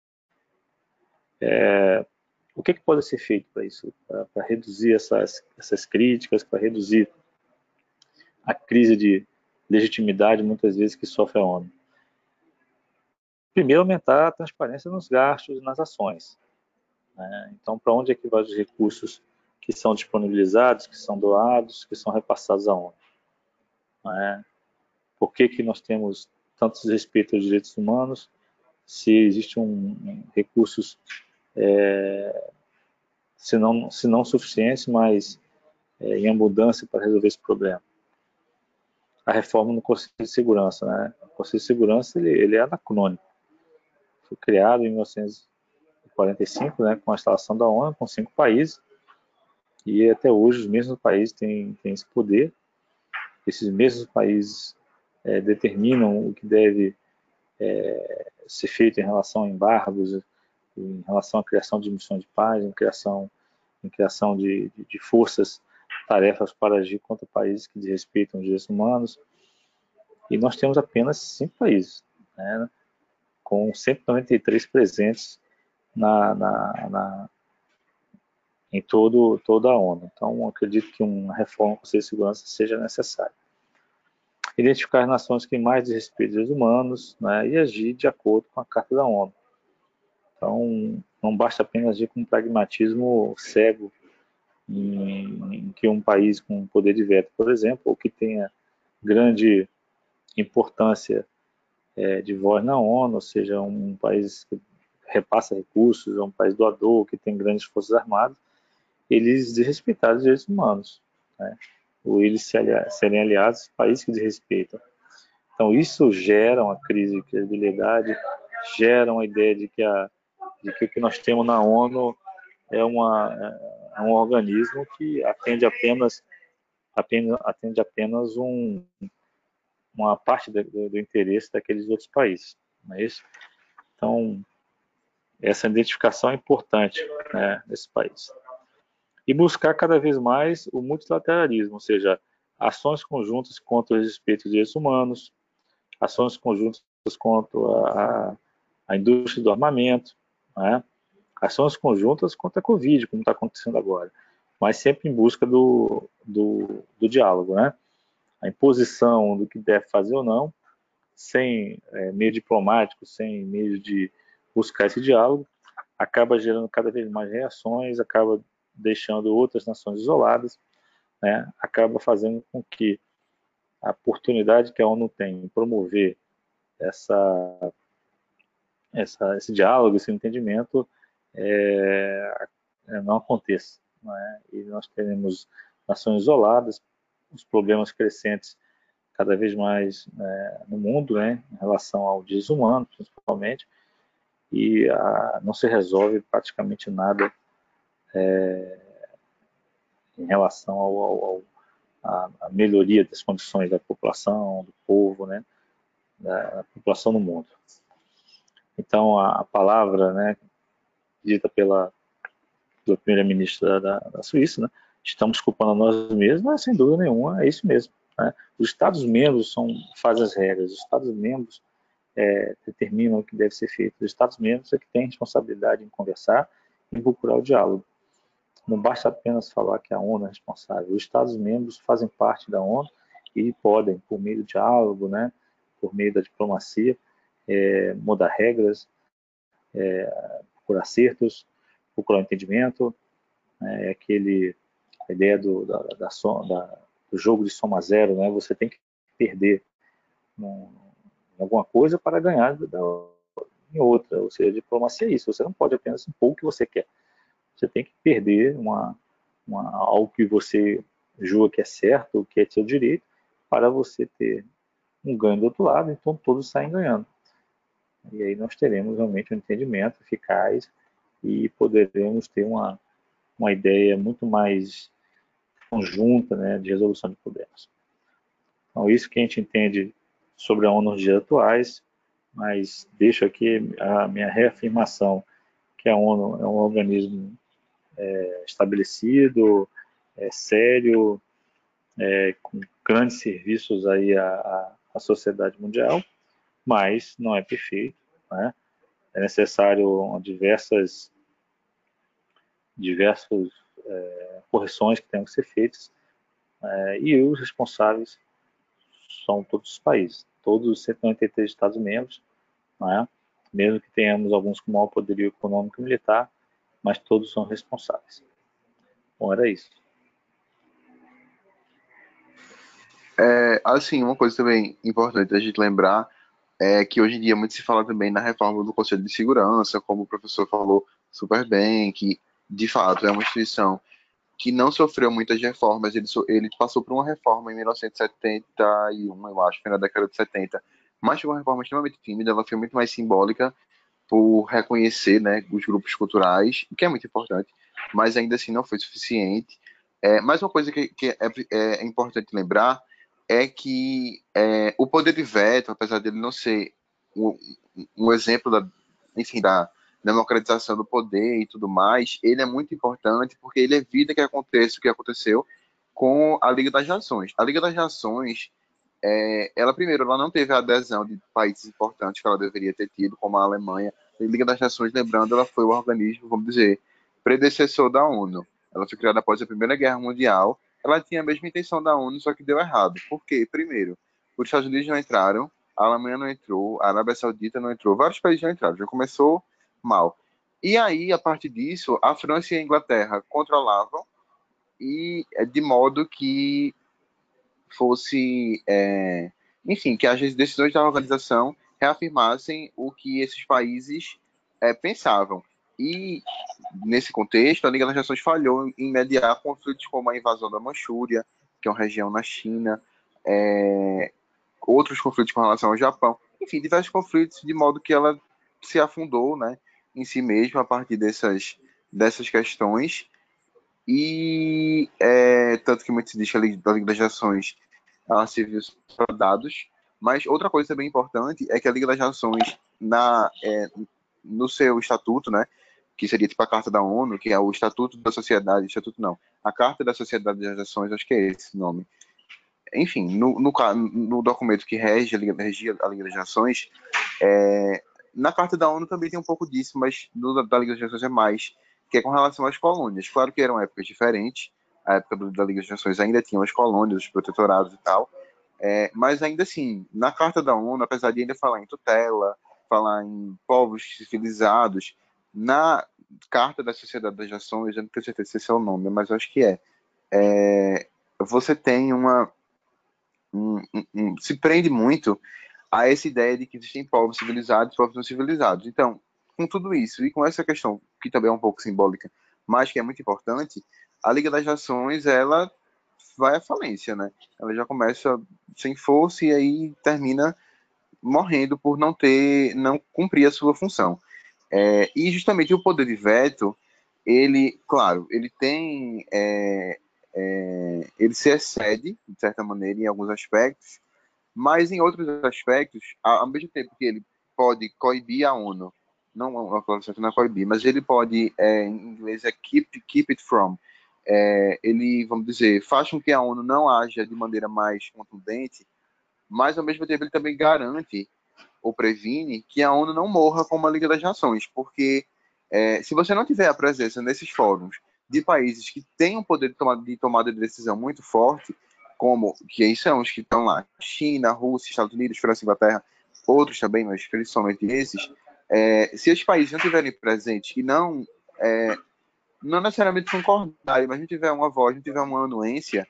S3: É, o que, que pode ser feito para isso? Para reduzir essas, essas críticas, para reduzir a crise de legitimidade, muitas vezes, que sofre a ONU? Primeiro, aumentar a transparência nos gastos e nas ações, né? Então, para onde é que vão os recursos que são disponibilizados, que são doados, que são repassados à ONU? Né? Por que, que nós temos tanto desrespeito aos direitos humanos se existe um, um recursos é, se, não, se não suficientes, mas é, em abundância para resolver esse problema? A reforma no Conselho de Segurança, né? O Conselho de Segurança ele, ele é anacrônico. Foi criado em mil novecentos e quarenta e cinco, né, com a instalação da ONU, com cinco países, e até hoje os mesmos países têm, têm esse poder. Esses mesmos países é, determinam o que deve é, ser feito em relação a embargos, em relação à criação de missões de paz, em criação, em criação de, de, de forças, tarefas para agir contra países que desrespeitam os direitos humanos. E nós temos apenas cinco países, né, com cento e noventa e três presentes na, na, na, em todo, toda a ONU. Então, acredito que uma reforma do Conselho de Segurança seja necessária. Identificar as nações que mais desrespeitam os humanos, né, e agir de acordo com a Carta da ONU. Então, não basta apenas agir com pragmatismo cego em, em que um país com poder de veto, por exemplo, ou que tenha grande importância é, de voz na ONU, ou seja, um país que repassa recursos, um país doador, que tem grandes forças armadas, eles desrespeitarem os direitos humanos, né? Ou eles se aliar, serem aliados a países que desrespeitam. Então, isso gera uma crise de credibilidade, gera uma ideia de que, a, de que o que nós temos na ONU é, uma, é um organismo que atende apenas, apenas, atende apenas um, uma parte do, do interesse daqueles outros países. Não é isso? Então, essa identificação é importante, né, nesse país. E buscar cada vez mais o multilateralismo, ou seja, ações conjuntas contra o respeito dos direitos humanos, ações conjuntas contra a, a indústria do armamento, né? Ações conjuntas contra a Covid, como está acontecendo agora, mas sempre em busca do, do, do diálogo, né? A imposição do que deve fazer ou não, sem é, meio diplomático, sem meio de buscar esse diálogo, acaba gerando cada vez mais reações, acaba deixando outras nações isoladas, né? Acaba fazendo com que a oportunidade que a ONU tem em promover essa, essa, esse diálogo, esse entendimento, é, não aconteça. Não é? E nós teremos nações isoladas, os problemas crescentes cada vez mais é, no mundo, né, em relação ao direitos humanos, principalmente, e a, não se resolve praticamente nada é, em relação ao, ao, ao a, a melhoria das condições da população, do povo, né, da população no mundo. Então, a, a palavra, né, dita pela, pela primeira-ministra da, da Suíça, né, estamos culpando a nós mesmos, mas, sem dúvida nenhuma, é isso mesmo. Né? Os Estados-membros fazem as regras, os Estados-membros é, determinam o que deve ser feito. Os Estados-membros é que têm responsabilidade em conversar e procurar o diálogo. Não basta apenas falar que a ONU é responsável. Os Estados-membros fazem parte da ONU e podem, por meio do diálogo, né, por meio da diplomacia, é, mudar regras, é, procurar acertos, procurar entendimento, né, aquele, a ideia do, da, da, da, do jogo de soma zero, né, você tem que perder em alguma coisa para ganhar da, em outra, ou seja, a diplomacia é isso, você não pode apenas impor o que você quer, você tem que perder uma, uma, algo que você julga que é certo, que é seu direito, para você ter um ganho do outro lado, então todos saem ganhando. E aí nós teremos realmente um entendimento eficaz e poderemos ter uma, uma ideia muito mais conjunta, né, de resolução de problemas. Então, isso que a gente entende sobre a ONU nos dias atuais, mas deixo aqui a minha reafirmação que a ONU é um organismo é, estabelecido, é, sério, é, com grandes serviços aí à, à sociedade mundial, mas não é perfeito, né? É necessário diversas, diversas é, correções que tenham que ser feitas, é, e os responsáveis são todos os países, todos os cento e noventa e três Estados-membros, né? Mesmo que tenhamos alguns com maior poderio econômico e militar, mas todos são responsáveis. Bom, era isso.
S2: É, assim, uma coisa também importante a gente lembrar é que hoje em dia muito se fala também na reforma do Conselho de Segurança, como o professor falou super bem, que de fato é uma instituição que não sofreu muitas reformas, ele, so, ele passou por uma reforma em mil novecentos e setenta e um, eu acho, foi na década de setenta, mas foi uma reforma extremamente tímida, ela foi muito mais simbólica por reconhecer, né, os grupos culturais, o que é muito importante, mas ainda assim não foi suficiente. É, mas uma coisa que, que é, é importante lembrar é que é, o poder de veto, apesar dele não ser um, um exemplo da, enfim, da democratização do poder e tudo mais, ele é muito importante porque ele evita que aconteça o que aconteceu com a Liga das Nações. A Liga das Nações É, ela, primeiro, ela não teve a adesão de países importantes que ela deveria ter tido, como a Alemanha. A Liga das Nações, lembrando, ela foi o organismo, vamos dizer, predecessor da ONU. Ela foi criada após a Primeira Guerra Mundial. Ela tinha a mesma intenção da ONU, só que deu errado. Por quê? Primeiro, os Estados Unidos não entraram, a Alemanha não entrou, a Arábia Saudita não entrou, vários países não entraram, já começou mal. E aí, a partir disso, a França e a Inglaterra controlavam, e de modo que fosse, é, enfim, que as decisões da organização reafirmassem o que esses países é, pensavam. E, nesse contexto, a Liga das Nações falhou em mediar conflitos como a invasão da Manchúria, que é uma região na China, é, outros conflitos com relação ao Japão, enfim, diversos conflitos, de modo que ela se afundou, né, em si mesma a partir dessas, dessas questões. E é, tanto que muito se diz que a Liga das Nações ela serviu para dados, mas outra coisa também importante é que a Liga das Nações, na, é, no seu estatuto, né, que seria tipo a Carta da ONU, que é o Estatuto da Sociedade, Estatuto não, a Carta da Sociedade das Nações, acho que é esse nome. Enfim, no, no, no documento que rege a Liga, regia a Liga das Nações, é, na Carta da ONU também tem um pouco disso, mas no da Liga das Nações é mais, que é com relação às colônias. Claro que eram épocas diferentes, a época do, da Liga das Nações ainda tinha as colônias, os protetorados e tal, é, mas ainda assim, na Carta da ONU, apesar de ainda falar em tutela, falar em povos civilizados, na Carta da Sociedade das Nações, eu não tenho certeza se esse é o nome, mas eu acho que é, é você tem uma um, um, um, se prende muito a essa ideia de que existem povos civilizados e povos não civilizados. Então, com tudo isso e com essa questão, que também é um pouco simbólica, mas que é muito importante, a Liga das Nações, ela vai à falência, né? Ela já começa sem força e aí termina morrendo por não ter, não cumprir a sua função. É, e justamente o poder de veto, ele, claro, ele tem, é, é, ele se excede, de certa maneira, em alguns aspectos, mas em outros aspectos, ao mesmo tempo que ele pode coibir a ONU, não a palavra não é coibir, mas ele pode, é, em inglês é keep, keep it from, é, ele, vamos dizer, faz com que a ONU não haja de maneira mais contundente, mas ao mesmo tempo ele também garante ou previne que a ONU não morra como a Liga das Nações, porque é, se você não tiver a presença nesses fóruns de países que têm um poder de tomada de, tomada de decisão muito forte, como que são os que estão lá, China, Rússia, Estados Unidos, França, Inglaterra, outros também, mas principalmente esses, é, se esses países não estiverem presentes e não, é, não necessariamente concordarem, mas não tiver uma voz, não tiver uma anuência,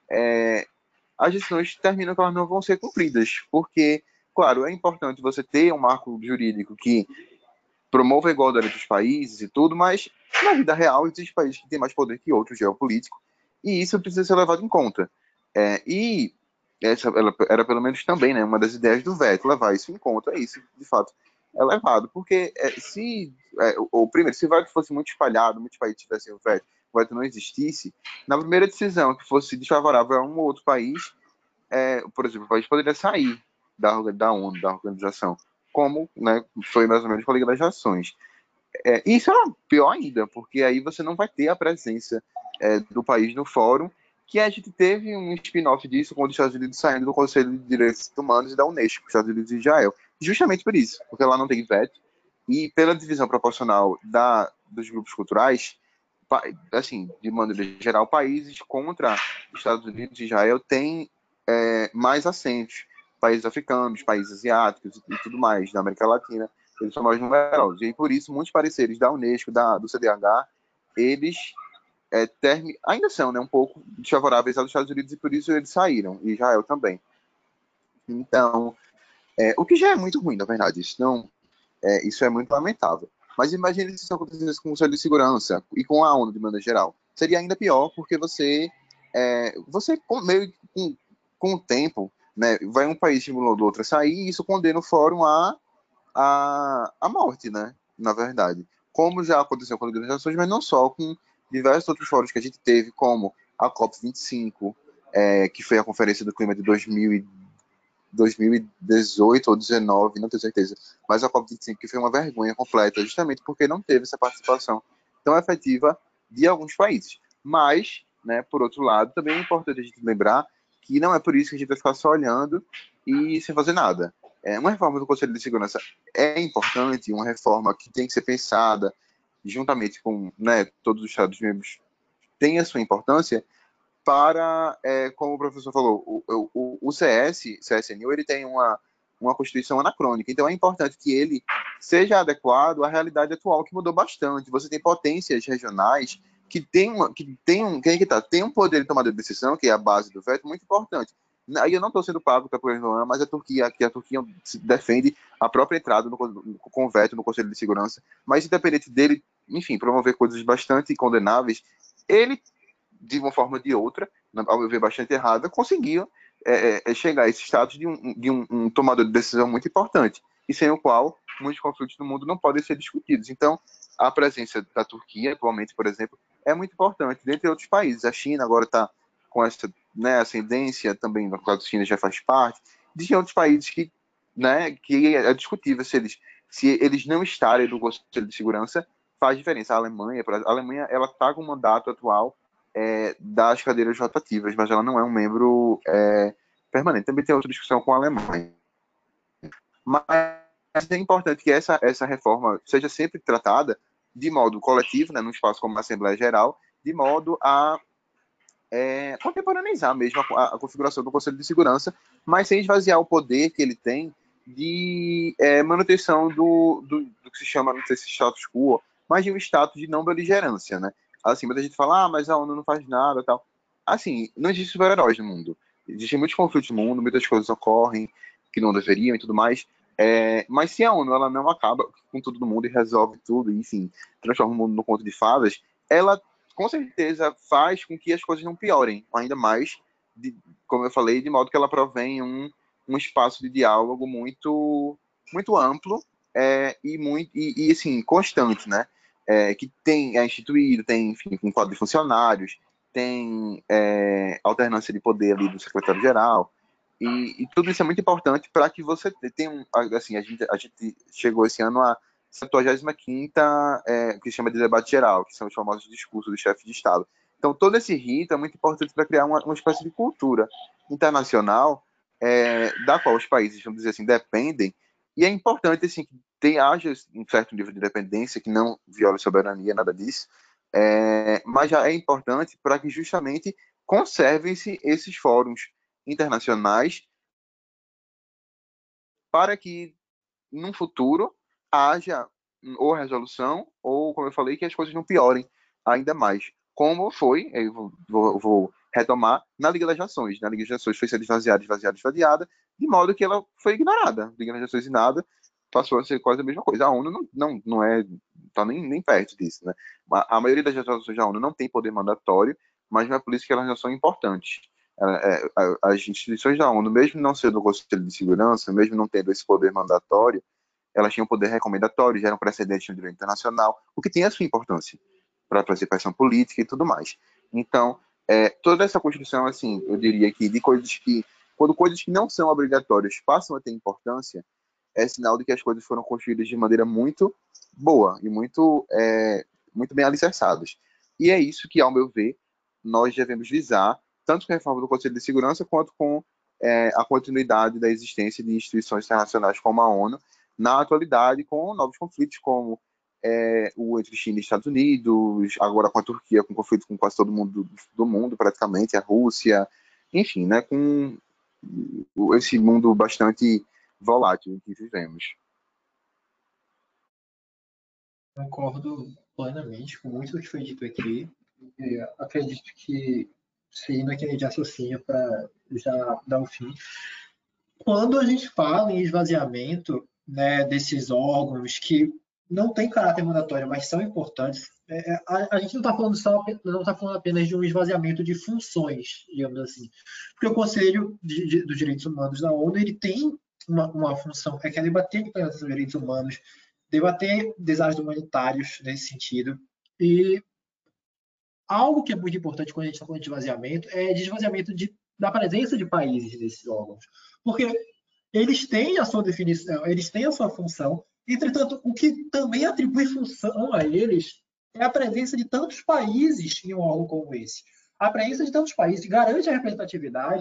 S2: é, as decisões terminam que elas não vão ser cumpridas, porque, claro, é importante você ter um marco jurídico que promova a igualdade entre os países e tudo, mas na vida real existem países que têm mais poder que outros, geopolítico, e isso precisa ser levado em conta. É, e essa ela, era pelo menos também, né, uma das ideias do veto, levar isso em conta, isso, de fato, é levado, porque é, se, é, o, primeiro, se o veto fosse muito espalhado, muitos países tivessem o veto, o veto não existisse, na primeira decisão que fosse desfavorável a um ou outro país, é, por exemplo, o país poderia sair da, da ONU, da organização, como, né, foi mais ou menos com a Liga das Nações. É, isso é pior ainda, porque aí você não vai ter a presença é, do país no fórum, que a gente teve um spin-off disso com os Estados Unidos saindo do Conselho de Direitos Humanos e da Unesco, Estados Unidos e Israel, justamente por isso, porque lá não tem veto, e pela divisão proporcional da, dos grupos culturais, assim, de maneira geral, países contra Estados Unidos e Israel têm é, mais assentos, países africanos, países asiáticos e tudo mais, da América Latina, eles são mais numerosos. E por isso, muitos pareceres da Unesco, da, do C D H, eles é, term... ainda são, né, um pouco desfavoráveis aos Estados Unidos e por isso eles saíram, e Israel também. Então, é, o que já é muito ruim, na verdade, isso, não, é, isso é muito lamentável. Mas imagine se isso acontecesse com o Conselho de Segurança e com a ONU de maneira geral. Seria ainda pior, porque você, é, você meio com, com o tempo, né, vai um país estimulando o outro a sair e isso condena o fórum a a, a morte, né? Na verdade. Como já aconteceu com a Liga das Nações, mas não só, com diversos outros fóruns que a gente teve, como a COP vinte e cinco, é, que foi a Conferência do Clima de dois mil e dezoito ou dezenove, não tenho certeza, mas a COP vinte e cinco, que foi uma vergonha completa, justamente porque não teve essa participação tão efetiva de alguns países. Mas, né, por outro lado, também é importante a gente lembrar que não é por isso que a gente vai ficar só olhando e sem fazer nada. É, uma reforma do Conselho de Segurança é importante, uma reforma que tem que ser pensada juntamente com, né, todos os Estados-membros, tem a sua importância para, é, como o professor falou, o, o, o C S, C S N U, ele tem uma, uma Constituição anacrônica, então é importante que ele seja adequado à realidade atual, que mudou bastante. Você tem potências regionais que tem, uma, que tem, um, quem é que tá? Tem um poder de tomada de decisão, que é a base do veto, muito importante. Aí eu não estou sendo pago para Erdogan, mas a Turquia, que a Turquia defende a própria entrada no, com veto no Conselho de Segurança, mas independente dele, enfim, promover coisas bastante condenáveis, ele, de uma forma ou de outra, ao meu ver bastante errada, conseguiu é, é, chegar a esse status de, um, de um, um tomador de decisão muito importante, e sem o qual muitos conflitos no mundo não podem ser discutidos. Então, a presença da Turquia, atualmente, por exemplo, é muito importante, dentre outros países. A China agora está com essa, né, ascendência, também, no caso da China já faz parte, de outros países que, né, que é discutível se eles, se eles não estarem no Conselho de Segurança, faz diferença. A Alemanha, a Alemanha, ela está com o mandato atual é, das cadeiras rotativas, mas ela não é um membro é, permanente. Também tem outra discussão com a Alemanha. Mas é importante que essa, essa reforma seja sempre tratada de modo coletivo, né, num espaço como a Assembleia Geral, de modo a é, contemporaneizar mesmo a, a configuração do Conselho de Segurança, mas sem esvaziar o poder que ele tem de é, manutenção do, do, do que se chama, não sei se status quo, mas de um status de não beligerância, né? Assim, muita gente fala, ah, mas a ONU não faz nada, tal. Assim, não existe super-heróis no mundo. Existem muitos conflitos no mundo, muitas coisas ocorrem que não deveriam e tudo mais, é, mas se a ONU ela não acaba com tudo no mundo e resolve tudo, e, enfim, transforma o mundo no conto de fadas, ela com certeza faz com que as coisas não piorem, ainda mais, de, como eu falei, de modo que ela provém um, um espaço de diálogo muito, muito amplo é, e, muito, e, e, assim, constante, né? É, que tem, é instituído, tem, enfim, um quadro de funcionários, tem é, alternância de poder ali do secretário-geral, e, e tudo isso é muito importante para que você tenha um, assim, a gente, a gente chegou esse ano a septuagésima quinta, é, que se chama de debate geral, que são os famosos discursos do chefe de Estado. Então, todo esse rito é muito importante para criar uma, uma espécie de cultura internacional é, da qual os países, vamos dizer assim, dependem, e é importante assim, que tenha, haja um certo nível de dependência, que não viola a soberania, nada disso, é, mas já é importante para que justamente conservem-se esses fóruns internacionais para que, no futuro, haja ou resolução, ou, como eu falei, que as coisas não piorem ainda mais. Como foi, eu vou, vou, vou retomar, na Liga das Nações. Na Liga das Nações foi sendo esvaziada, esvaziada, esvaziada, de modo que ela foi ignorada. A Liga das Nações e nada passou a ser quase a mesma coisa. A ONU não, não, não é, tá nem, nem perto disso, né? A, a maioria das resoluções da ONU não tem poder mandatório, mas não é por isso que elas não são importantes. É, é, as instituições da ONU, mesmo não sendo o Conselho de Segurança, mesmo não tendo esse poder mandatório, elas tinham poder recomendatório, geram precedentes no direito internacional, o que tem a sua importância para a participação política e tudo mais. Então, é, toda essa construção, assim, eu diria que de coisas que, quando coisas que não são obrigatórias passam a ter importância, é sinal de que as coisas foram construídas de maneira muito boa e muito, é, muito bem alicerçadas. E é isso que, ao meu ver, nós devemos visar, tanto com a reforma do Conselho de Segurança, quanto com é, a continuidade da existência de instituições internacionais como a ONU, na atualidade, com novos conflitos, como é, o entre China e Estados Unidos, agora com a Turquia, com conflito com quase todo mundo do mundo, praticamente, a Rússia, enfim, né, com esse mundo bastante volátil em que vivemos.
S1: Concordo plenamente com muito do que foi dito aqui. Eu acredito que, seguindo aquele de raciocínio para já dar o fim, quando a gente fala em esvaziamento, né, desses órgãos que não têm caráter mandatório, mas são importantes, é, a, a, gente não está falando só, não está falando apenas de um esvaziamento de funções, digamos assim, porque o Conselho de, de, dos Direitos Humanos da ONU ele tem uma, uma função que é debater a implementação dos direitos humanos, debater desastres humanitários nesse sentido, e algo que é muito importante quando a gente está falando de esvaziamento é de esvaziamento de, da presença de países nesses órgãos. Porque eles têm a sua definição, eles têm a sua função, entretanto, o que também atribui função a eles é a presença de tantos países em um órgão como esse. A presença de tantos países garante a representatividade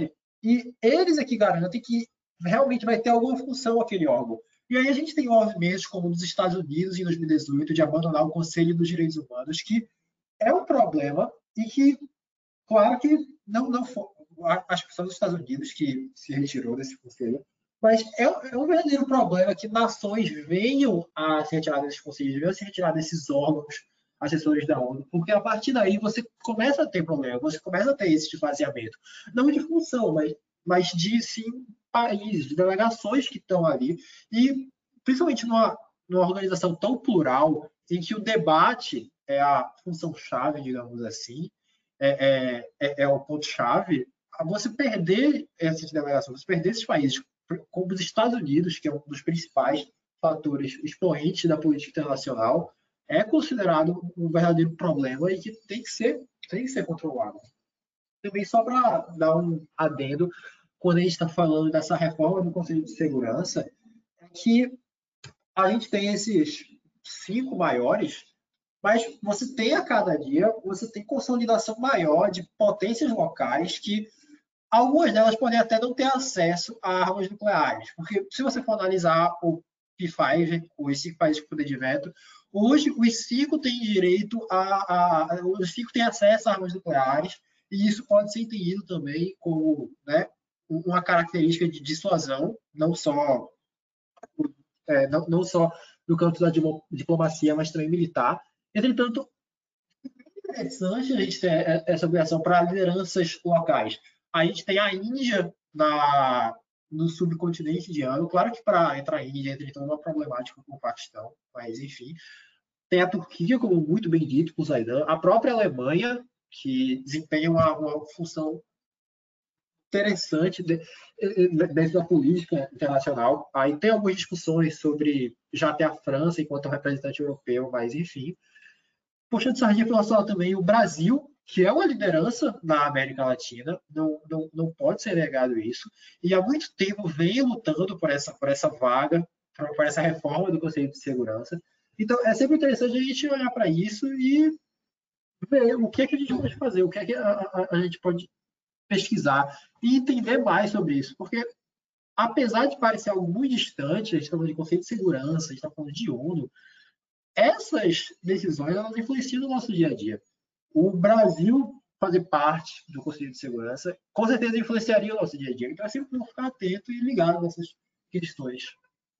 S1: e eles é que garantem que realmente vai ter alguma função aquele órgão. E aí a gente tem movimentos como nos Estados Unidos, em dois mil e dezoito, de abandonar o Conselho dos Direitos Humanos, que é um problema e que, claro que não, não foi, acho que são os Estados Unidos que se retirou desse conselho, mas é, é um verdadeiro problema que nações venham a se retirar desses conselhos, venham a se retirar desses órgãos assessores da ONU, porque a partir daí você começa a ter problema, você começa a ter esse esvaziamento, não de função, mas, mas de, sim, países, de delegações que estão ali, e principalmente numa, numa organização tão plural, em que o debate é a função-chave, digamos assim, é, é, é o ponto-chave, você perder essas delegações, você perder esses países, como os Estados Unidos, que é um dos principais fatores expoentes da política internacional, é considerado um verdadeiro problema e que tem que ser, tem que ser controlado. Também só para dar um adendo, quando a gente está falando dessa reforma do Conselho de Segurança, é que a gente tem esses cinco maiores, mas você tem a cada dia, você tem consolidação maior de potências locais que algumas delas podem até não ter acesso a armas nucleares, porque se você for analisar o P cinco, os cinco países com poder de veto, hoje os cinco têm direito a, a os cinco têm acesso a armas nucleares, e isso pode ser entendido também como, né, uma característica de dissuasão, não só é, não, não só no campo da diplomacia, mas também militar. Entretanto, é interessante a gente ter essa obrigação para lideranças locais. A gente tem a Índia na, no subcontinente indiano. Claro que para entrar a Índia entra então uma problemática com o Paquistão, mas enfim. Tem a Turquia, como muito bem dito por Zaidan, a própria Alemanha, que desempenha uma, uma função interessante de, de, dentro da política internacional. Aí tem algumas discussões sobre já ter a França enquanto representante europeu, mas enfim. Puxando sardinha para o nosso lado também, o Brasil, que é uma liderança na América Latina, não, não, não pode ser negado isso, e há muito tempo vem lutando por essa, por essa vaga, por, por essa reforma do Conselho de Segurança. Então, é sempre interessante a gente olhar para isso e ver o que é que a gente pode fazer, o que é que a, a, a gente pode pesquisar e entender mais sobre isso, porque apesar de parecer algo muito distante, a gente está falando de Conselho de Segurança, a gente está falando de ONU, essas decisões elas influenciam no nosso dia a dia. O Brasil fazer parte do Conselho de Segurança com certeza influenciaria o nosso dia a dia. Então é sempre bom ficar atento e ligado nessas questões.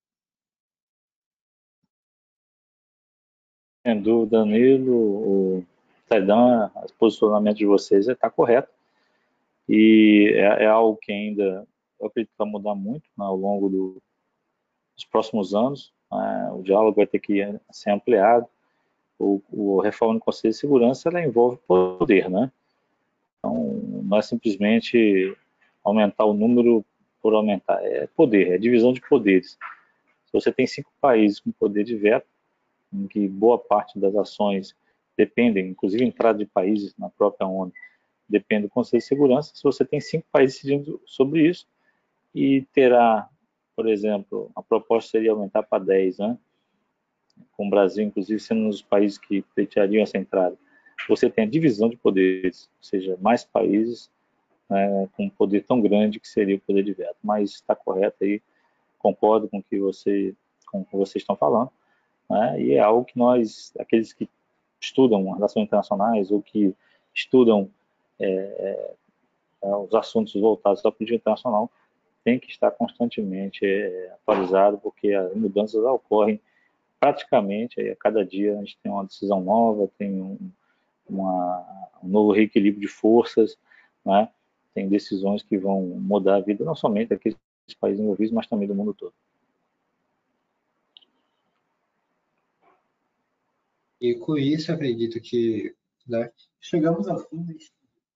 S3: Sem dúvida, Danilo, o Zaidan, o posicionamento de vocês está correto. E é, é algo que ainda, eu acredito que vai mudar muito, né, ao longo do, dos próximos anos. Né, o diálogo vai ter que ser ampliado. O, o reforma do Conselho de Segurança ela envolve poder, né? Então, não é simplesmente aumentar o número por aumentar, é poder, é divisão de poderes. Se você tem cinco países com poder de veto, em que boa parte das ações dependem, inclusive entrada de países na própria ONU, depende do Conselho de Segurança. Se você tem cinco países decidindo sobre isso, e terá, por exemplo, a proposta seria aumentar para dez, né? Com o Brasil, inclusive, sendo um dos países que pleiteariam essa entrada. Você tem a divisão de poderes, ou seja, mais países, né, com um poder tão grande que seria o poder de veto. Mas está correto aí, concordo com o que, você, com o que vocês estão falando, né, e é algo que nós, aqueles que estudam relações internacionais ou que estudam é, é, os assuntos voltados à política internacional, tem que estar constantemente é, atualizado, porque as mudanças ocorrem praticamente, aí, a cada dia a gente tem uma decisão nova, tem um, uma, um novo reequilíbrio de forças, né? Tem decisões que vão mudar a vida não somente daqueles países envolvidos, mas também do mundo todo.
S1: E com isso, eu acredito que, né, chegamos ao fim deste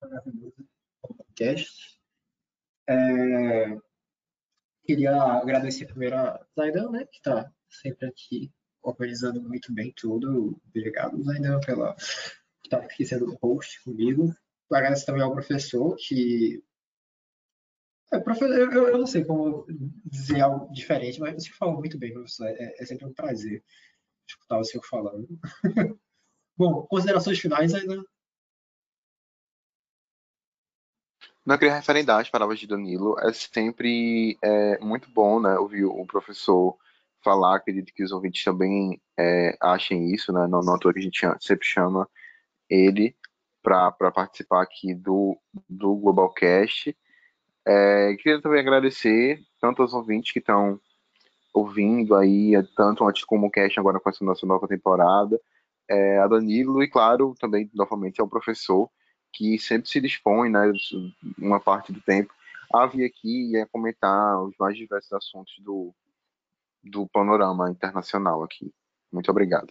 S1: podcast. É, queria agradecer primeiro a Zaidan, né, que está sempre aqui organizando muito bem tudo. Obrigado, Zaidan, pela estar aqui sendo host comigo. Agradeço também ao professor, que... É, professor, eu, eu não sei como dizer algo diferente, mas você falou muito bem, professor. É, é sempre um prazer escutar o senhor falando. Bom, considerações finais, Zaidan?
S2: Não queria referendar as palavras de Danilo. É sempre é, muito bom, né, ouvir o professor falar. Acredito que os ouvintes também é, achem isso, né? Não, não à toa que a gente sempre chama ele para participar aqui do, do Globalcast. É, queria também agradecer tanto aos ouvintes que estão ouvindo aí, tanto antes como o cast agora com essa nossa nova temporada, é, a Danilo e, claro, também novamente ao professor, que sempre se dispõe, né, uma parte do tempo, a vir aqui e a comentar os mais diversos assuntos do, do panorama internacional aqui. Muito obrigado.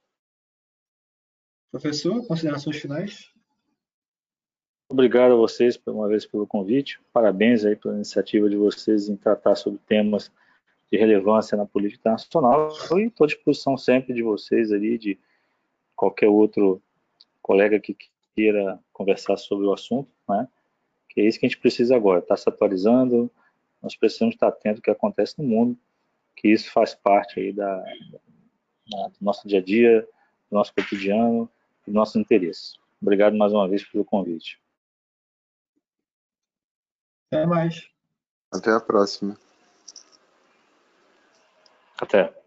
S1: Professor, considerações finais?
S3: Obrigado a vocês, por uma vez, pelo convite. Parabéns aí pela iniciativa de vocês em tratar sobre temas de relevância na política internacional. E estou à disposição sempre de vocês ali, de qualquer outro colega que queira conversar sobre o assunto, né? Que é isso que a gente precisa agora, estar se atualizando, nós precisamos estar atentos ao que acontece no mundo, que isso faz parte aí da, da, do nosso dia a dia, do nosso cotidiano, do nosso interesse. Obrigado mais uma vez pelo convite.
S1: Até mais.
S2: Até a próxima.
S3: Até.